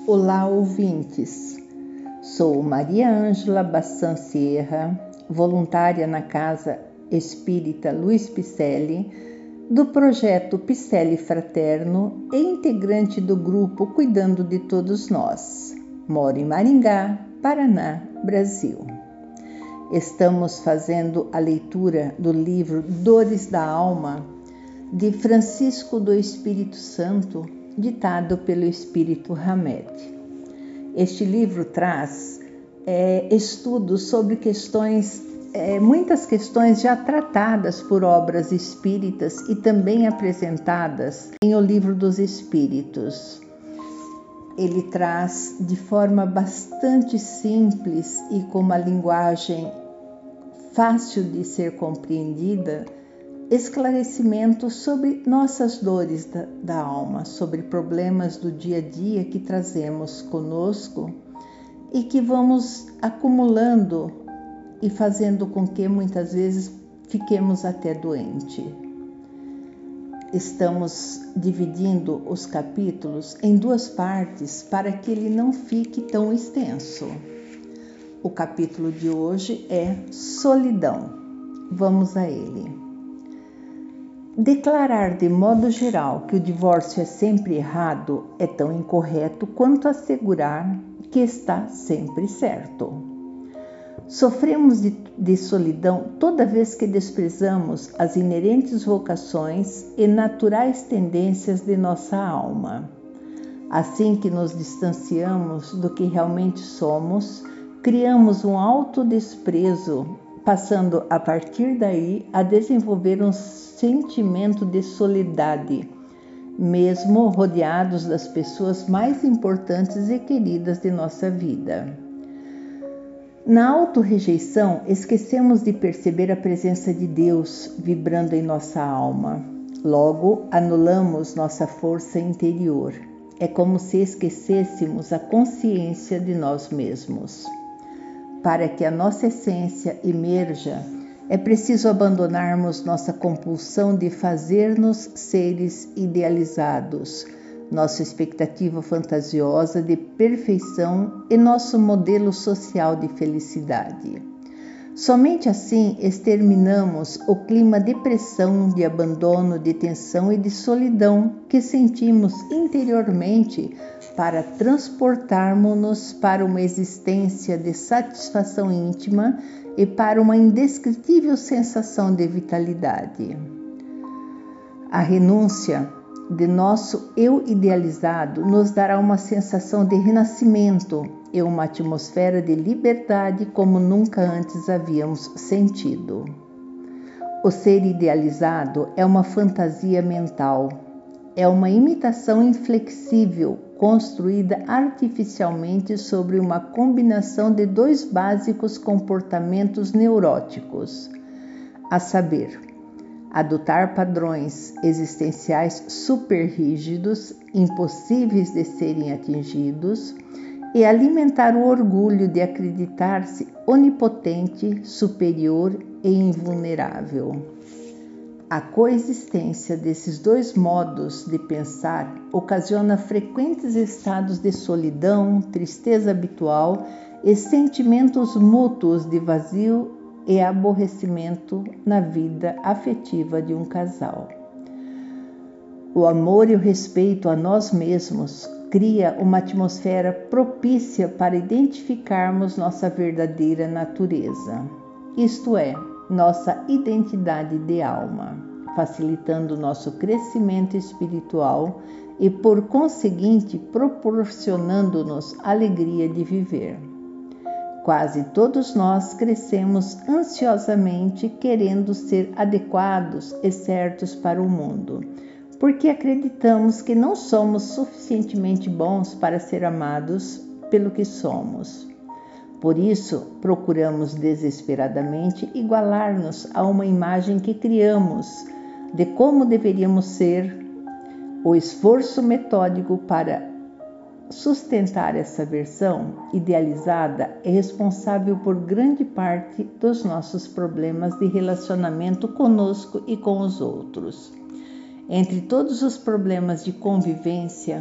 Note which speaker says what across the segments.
Speaker 1: Olá, ouvintes. Sou Maria Ângela Bassan Sierra, voluntária na Casa Espírita Luiz Picelli, do projeto Picelli Fraterno e integrante do grupo Cuidando de Todos Nós. Moro em Maringá, Paraná, Brasil. Estamos fazendo a leitura do livro Dores da Alma, de Francisco do Espírito Santo, ditado pelo Espírito Hamed. Este livro traz estudos sobre muitas questões já tratadas por obras espíritas e também apresentadas em O Livro dos Espíritos. Ele traz de forma bastante simples e com uma linguagem fácil de ser compreendida, esclarecimentos sobre nossas dores da alma, sobre problemas do dia a dia que trazemos conosco e que vamos acumulando e fazendo com que muitas vezes fiquemos até doentes. Estamos dividindo os capítulos em duas partes para que ele não fique tão extenso. O capítulo de hoje é Solidão. Vamos a ele. Declarar de modo geral que o divórcio é sempre errado é tão incorreto quanto assegurar que está sempre certo. Sofremos de solidão toda vez que desprezamos as inerentes vocações e naturais tendências de nossa alma. Assim que nos distanciamos do que realmente somos, criamos um autodesprezo, passando a partir daí a desenvolver um sentimento de soledade, mesmo rodeados das pessoas mais importantes e queridas de nossa vida. Na autorrejeição, esquecemos de perceber a presença de Deus vibrando em nossa alma. Logo, anulamos nossa força interior. É como se esquecêssemos a consciência de nós mesmos. Para que a nossa essência emerja, é preciso abandonarmos nossa compulsão de fazer-nos seres idealizados, nossa expectativa fantasiosa de perfeição e nosso modelo social de felicidade. Somente assim exterminamos o clima de pressão, de abandono, de tensão e de solidão que sentimos interiormente para transportarmos-nos para uma existência de satisfação íntima e para uma indescritível sensação de vitalidade. A renúncia de nosso eu idealizado nos dará uma sensação de renascimento e uma atmosfera de liberdade como nunca antes havíamos sentido. O ser idealizado é uma fantasia mental, é uma imitação inflexível construída artificialmente sobre uma combinação de dois básicos comportamentos neuróticos, a saber, adotar padrões existenciais superrígidos, impossíveis de serem atingidos, e alimentar o orgulho de acreditar-se onipotente, superior e invulnerável. A coexistência desses dois modos de pensar ocasiona frequentes estados de solidão, tristeza habitual e sentimentos mútuos de vazio e aborrecimento na vida afetiva de um casal. O amor e o respeito a nós mesmos cria uma atmosfera propícia para identificarmos nossa verdadeira natureza, isto é, nossa identidade de alma, facilitando nosso crescimento espiritual e, por conseguinte, proporcionando-nos alegria de viver. Quase todos nós crescemos ansiosamente querendo ser adequados e certos para o mundo, porque acreditamos que não somos suficientemente bons para ser amados pelo que somos. Por isso, procuramos desesperadamente igualar-nos a uma imagem que criamos de como deveríamos ser. O esforço metódico para sustentar essa versão idealizada é responsável por grande parte dos nossos problemas de relacionamento conosco e com os outros. Entre todos os problemas de convivência,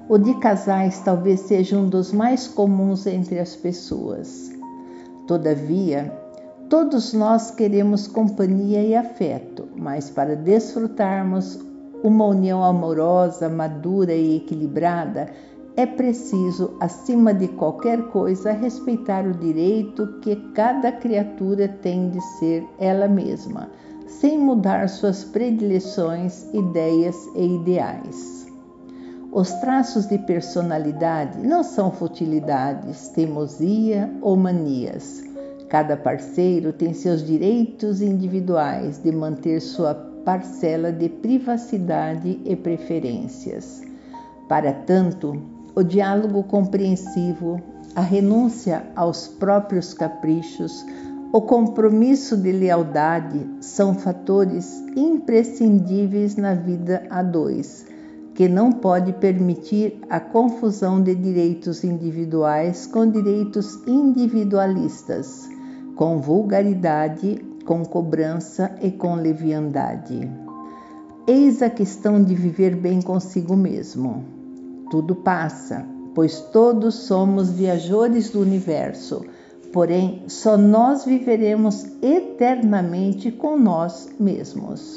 Speaker 1: O de casais talvez seja um dos mais comuns entre as pessoas. Todavia, todos nós queremos companhia e afeto, mas para desfrutarmos uma união amorosa, madura e equilibrada, é preciso, acima de qualquer coisa, respeitar o direito que cada criatura tem de ser ela mesma, sem mudar suas predileções, ideias e ideais. Os traços de personalidade não são futilidades, teimosia ou manias. Cada parceiro tem seus direitos individuais de manter sua parcela de privacidade e preferências. Para tanto, o diálogo compreensivo, a renúncia aos próprios caprichos, o compromisso de lealdade são fatores imprescindíveis na vida a dois, que não pode permitir a confusão de direitos individuais com direitos individualistas, com vulgaridade, com cobrança e com leviandade. Eis a questão de viver bem consigo mesmo. Tudo passa, pois todos somos viajores do universo, porém só nós viveremos eternamente com nós mesmos.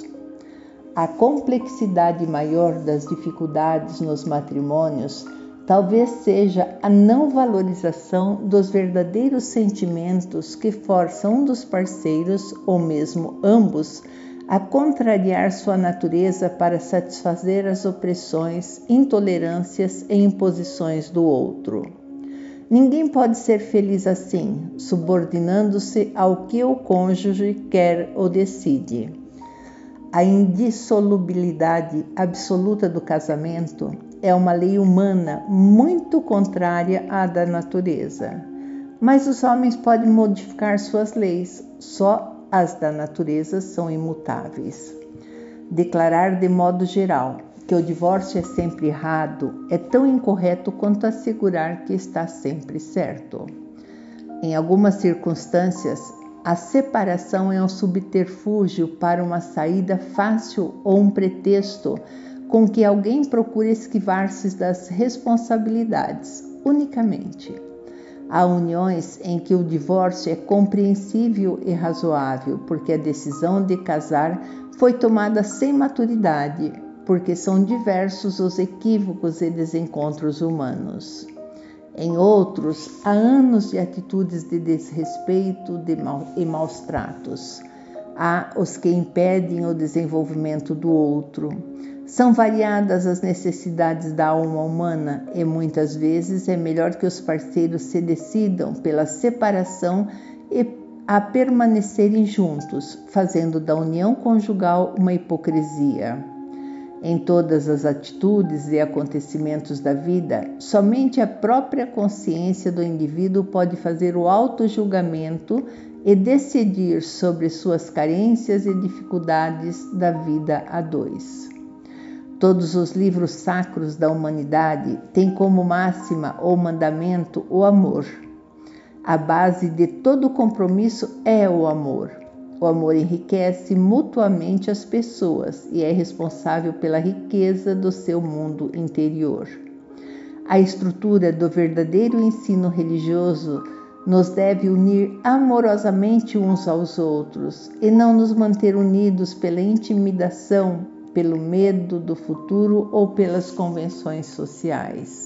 Speaker 1: A complexidade maior das dificuldades nos matrimônios talvez seja a não valorização dos verdadeiros sentimentos que forçam um dos parceiros, ou mesmo ambos, a contrariar sua natureza para satisfazer as opressões, intolerâncias e imposições do outro. Ninguém pode ser feliz assim, subordinando-se ao que o cônjuge quer ou decide. A indissolubilidade absoluta do casamento é uma lei humana muito contrária à da natureza. Mas os homens podem modificar suas leis, só as da natureza são imutáveis. Declarar de modo geral que o divórcio é sempre errado é tão incorreto quanto assegurar que está sempre certo. Em algumas circunstâncias, a separação é um subterfúgio para uma saída fácil ou um pretexto com que alguém procura esquivar-se das responsabilidades, unicamente. Há uniões em que o divórcio é compreensível e razoável, porque a decisão de casar foi tomada sem maturidade, porque são diversos os equívocos e desencontros humanos. Em outros, há anos de atitudes de desrespeito e maus tratos. Há os que impedem o desenvolvimento do outro. São variadas as necessidades da alma humana e muitas vezes é melhor que os parceiros se decidam pela separação e a permanecerem juntos, fazendo da união conjugal uma hipocrisia. Em todas as atitudes e acontecimentos da vida, somente a própria consciência do indivíduo pode fazer o autojulgamento e decidir sobre suas carências e dificuldades da vida a dois. Todos os livros sacros da humanidade têm como máxima ou mandamento o amor. A base de todo compromisso é o amor. O amor enriquece mutuamente as pessoas e é responsável pela riqueza do seu mundo interior. A estrutura do verdadeiro ensino religioso nos deve unir amorosamente uns aos outros e não nos manter unidos pela intimidação, pelo medo do futuro ou pelas convenções sociais.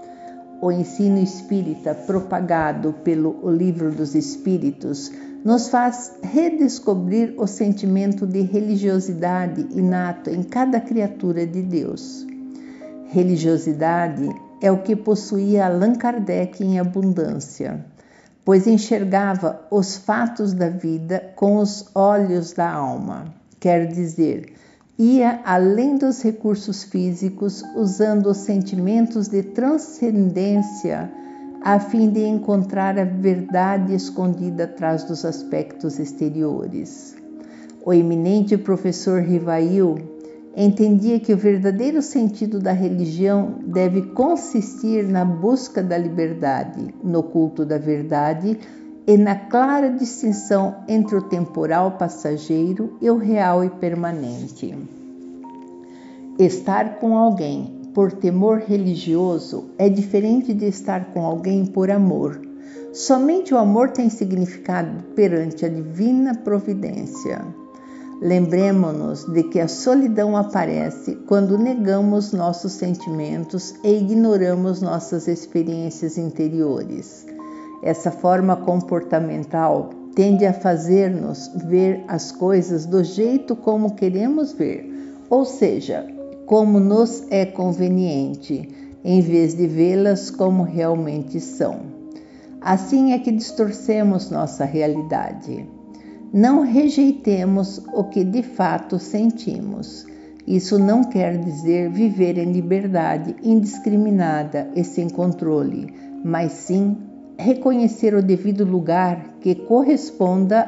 Speaker 1: O ensino espírita propagado pelo Livro dos Espíritos nos faz redescobrir o sentimento de religiosidade inato em cada criatura de Deus. Religiosidade é o que possuía Allan Kardec em abundância, pois enxergava os fatos da vida com os olhos da alma, quer dizer, ia além dos recursos físicos, usando os sentimentos de transcendência a fim de encontrar a verdade escondida atrás dos aspectos exteriores. O eminente professor Rivail entendia que o verdadeiro sentido da religião deve consistir na busca da liberdade, no culto da verdade e na clara distinção entre o temporal passageiro e o real e permanente. Estar com alguém por temor religioso é diferente de estar com alguém por amor. Somente o amor tem significado perante a divina providência. Lembremo-nos de que a solidão aparece quando negamos nossos sentimentos e ignoramos nossas experiências interiores. Essa forma comportamental tende a fazer-nos ver as coisas do jeito como queremos ver, ou seja, como nos é conveniente, em vez de vê-las como realmente são. Assim é que distorcemos nossa realidade. Não rejeitemos o que de fato sentimos. Isso não quer dizer viver em liberdade indiscriminada e sem controle, mas sim reconhecer o devido lugar que corresponda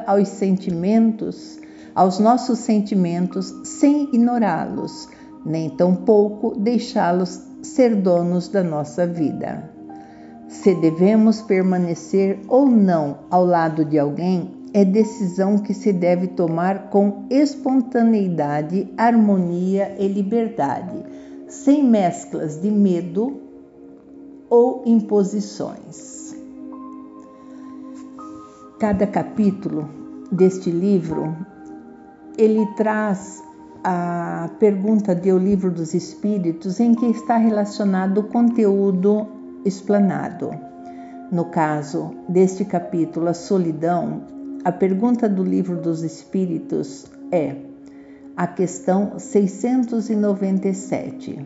Speaker 1: aos nossos sentimentos, sem ignorá-los, nem tampouco deixá-los ser donos da nossa vida. Se devemos permanecer ou não ao lado de alguém, é decisão que se deve tomar com espontaneidade, harmonia e liberdade, sem mesclas de medo ou imposições. Cada capítulo deste livro, ele traz a pergunta do Livro dos Espíritos, em que está relacionado o conteúdo explanado. No caso deste capítulo, a solidão, a pergunta do Livro dos Espíritos é a questão 697,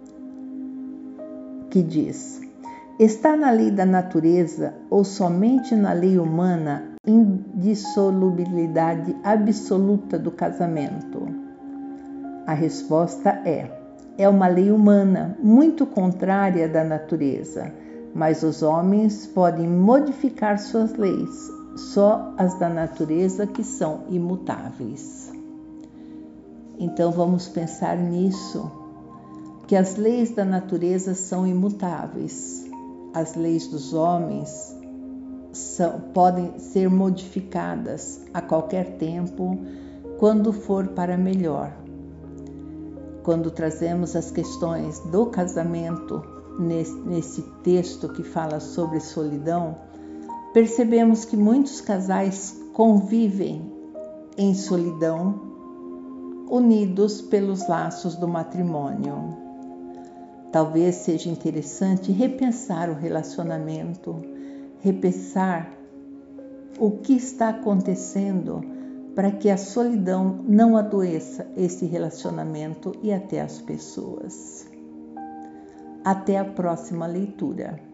Speaker 1: que diz: está na lei da natureza ou somente na lei humana indissolubilidade absoluta do casamento? A resposta é uma lei humana muito contrária da natureza, mas os homens podem modificar suas leis, só as da natureza que são imutáveis. Então vamos pensar nisso, que as leis da natureza são imutáveis. As leis dos homens podem ser modificadas a qualquer tempo, quando for para melhor. Quando trazemos as questões do casamento nesse texto que fala sobre solidão, percebemos que muitos casais convivem em solidão, unidos pelos laços do matrimônio. Talvez seja interessante repensar o relacionamento, repensar o que está acontecendo para que a solidão não adoeça esse relacionamento e até as pessoas. Até a próxima leitura.